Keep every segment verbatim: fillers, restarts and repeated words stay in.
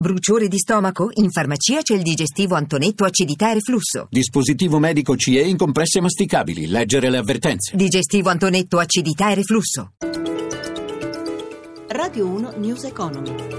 Bruciore di stomaco? In farmacia c'è il digestivo Antonetto acidità e reflusso. Dispositivo medico C E in compresse masticabili. Leggere le avvertenze. Digestivo Antonetto acidità e reflusso. Radio uno News Economy.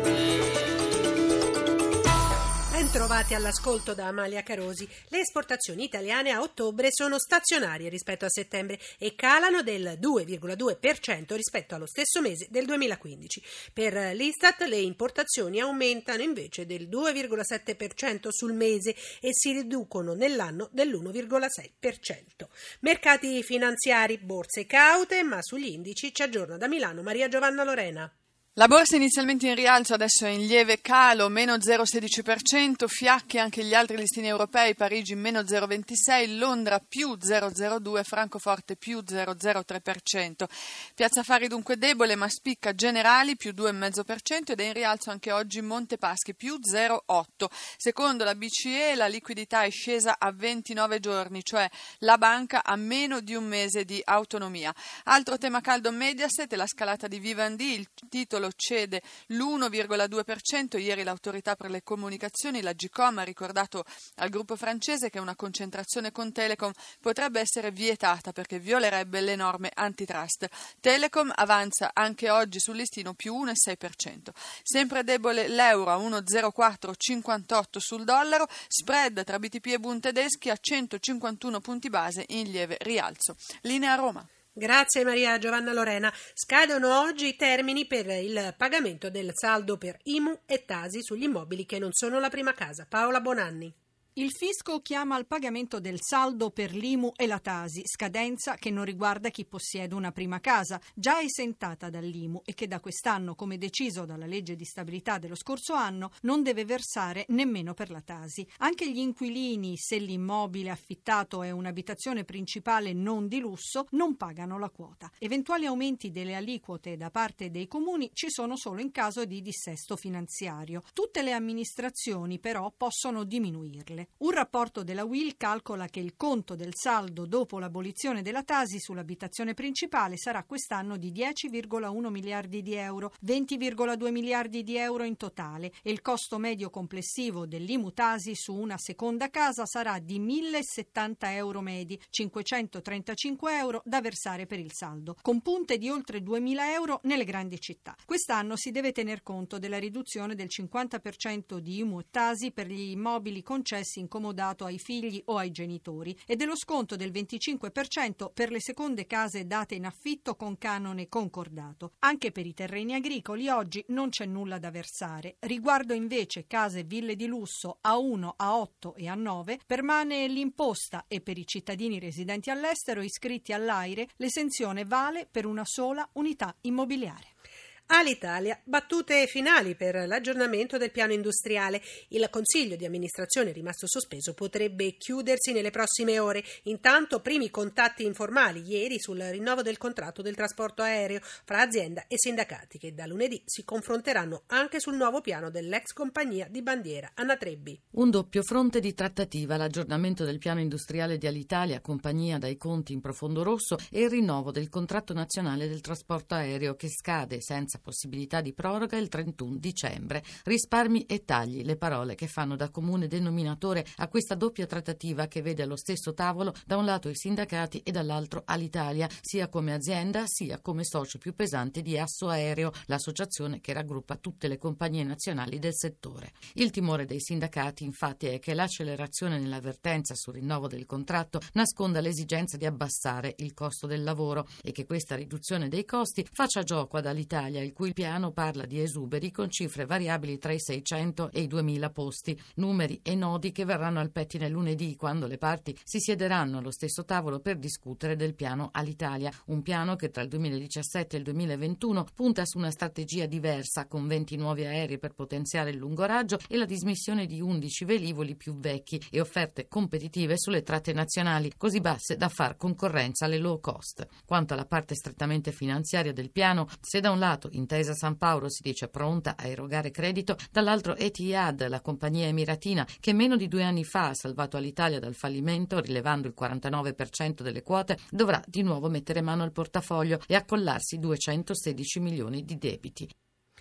Bentrovati all'ascolto da Amalia Carosi. Le esportazioni italiane a ottobre sono stazionarie rispetto a settembre e calano del due virgola due per cento rispetto allo stesso mese del duemilaquindici. Per l'Istat le importazioni aumentano invece del due virgola sette per cento sul mese e si riducono nell'anno dell'uno virgola sei per cento. Mercati finanziari, borse caute, ma sugli indici ci aggiorna da Milano Maria Giovanna Lorena. La borsa inizialmente in rialzo, adesso è in lieve calo, meno zero virgola sedici per cento, fiacchi anche gli altri listini europei, Parigi meno zero virgola ventisei, Londra più zero virgola zero due, Francoforte più zero virgola zero tre per cento. Piazza Affari dunque debole ma spicca Generali più due virgola cinque per cento ed è in rialzo anche oggi Montepaschi più zero virgola otto. Secondo la B C E la liquidità è scesa a ventinove giorni, cioè la banca ha meno di un mese di autonomia. Altro tema caldo Mediaset è la scalata di Vivendi, il titolo cede l'uno virgola due per cento. Ieri l'autorità per le comunicazioni, la Gcom, ha ricordato al gruppo francese che una concentrazione con Telecom potrebbe essere vietata perché violerebbe le norme antitrust. Telecom avanza anche oggi sul listino più uno virgola sei per cento. Sempre debole l'euro a uno virgola zero quattro cinquantotto sul dollaro, spread tra B T P e Bund tedeschi a centocinquantuno punti base in lieve rialzo. Linea Roma. Grazie Maria Giovanna Lorena. Scadono oggi i termini per il pagamento del saldo per I M U e Tasi sugli immobili che non sono la prima casa. Paola Bonanni. Il fisco chiama al pagamento del saldo per l'I M U e la Tasi, scadenza che non riguarda chi possiede una prima casa, già esentata dall'I M U e che da quest'anno, come deciso dalla legge di stabilità dello scorso anno, non deve versare nemmeno per la Tasi. Anche gli inquilini, se l'immobile affittato è un'abitazione principale non di lusso, non pagano la quota. Eventuali aumenti delle aliquote da parte dei comuni ci sono solo in caso di dissesto finanziario. Tutte le amministrazioni però possono diminuirle. Un rapporto della U I L calcola che il conto del saldo dopo l'abolizione della Tasi sull'abitazione principale sarà quest'anno di dieci virgola uno miliardi di euro, venti virgola due miliardi di euro in totale, e il costo medio complessivo dell'I M U Tasi su una seconda casa sarà di millesettanta euro medi, cinquecentotrentacinque euro da versare per il saldo, con punte di oltre duemila euro nelle grandi città. Quest'anno si deve tener conto della riduzione del cinquanta per cento di I M U e Tasi per gli immobili concessi incomodato ai figli o ai genitori e dello sconto del venticinque per cento per le seconde case date in affitto con canone concordato. Anche per i terreni agricoli oggi non c'è nulla da versare. Riguardo invece case e ville di lusso A uno, A otto e A nove permane l'imposta e per i cittadini residenti all'estero iscritti all'AIRE l'esenzione vale per una sola unità immobiliare. All'Italia, battute finali per l'aggiornamento del piano industriale. Il consiglio di amministrazione rimasto sospeso potrebbe chiudersi nelle prossime ore. Intanto, primi contatti informali ieri sul rinnovo del contratto del trasporto aereo fra azienda e sindacati che da lunedì si confronteranno anche sul nuovo piano dell'ex compagnia di bandiera. Anna Trebbi. Un doppio fronte di trattativa, l'aggiornamento del piano industriale di Alitalia, compagnia dai conti in profondo rosso, e il rinnovo del contratto nazionale del trasporto aereo che scade senza possibilità di proroga il trentuno dicembre. Risparmi e tagli, le parole che fanno da comune denominatore a questa doppia trattativa che vede allo stesso tavolo da un lato i sindacati e dall'altro Alitalia, sia come azienda sia come socio più pesante di Asso Aereo, l'associazione che raggruppa tutte le compagnie nazionali del settore. Il timore dei sindacati infatti è che l'accelerazione nell'avvertenza sul rinnovo del contratto nasconda l'esigenza di abbassare il costo del lavoro e che questa riduzione dei costi faccia gioco ad Alitalia, il cui piano parla di esuberi con cifre variabili tra i seicento e i duemila posti, numeri e nodi che verranno al pettine lunedì quando le parti si siederanno allo stesso tavolo per discutere del piano Alitalia, un piano che tra il duemiladiciassette e il duemilaventuno punta su una strategia diversa con venti nuovi aerei per potenziare il lungoraggio e la dismissione di undici velivoli più vecchi e offerte competitive sulle tratte nazionali così basse da far concorrenza alle low cost. Quanto alla parte strettamente finanziaria del piano, se da un lato Intesa San Paolo si dice pronta a erogare credito, dall'altro Etihad, la compagnia emiratina che meno di due anni fa ha salvato Alitalia dal fallimento rilevando il quarantanove per cento delle quote, dovrà di nuovo mettere mano al portafoglio e accollarsi duecentosedici milioni di debiti.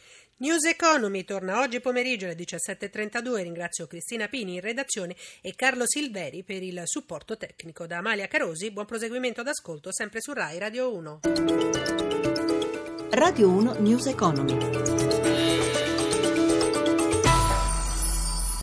News Economy torna oggi pomeriggio alle diciassette e trentadue. Ringrazio Cristina Pini in redazione e Carlo Silveri per il supporto tecnico. Da Amalia Carosi, buon proseguimento d'ascolto sempre su Rai Radio uno. Radio uno News Economy.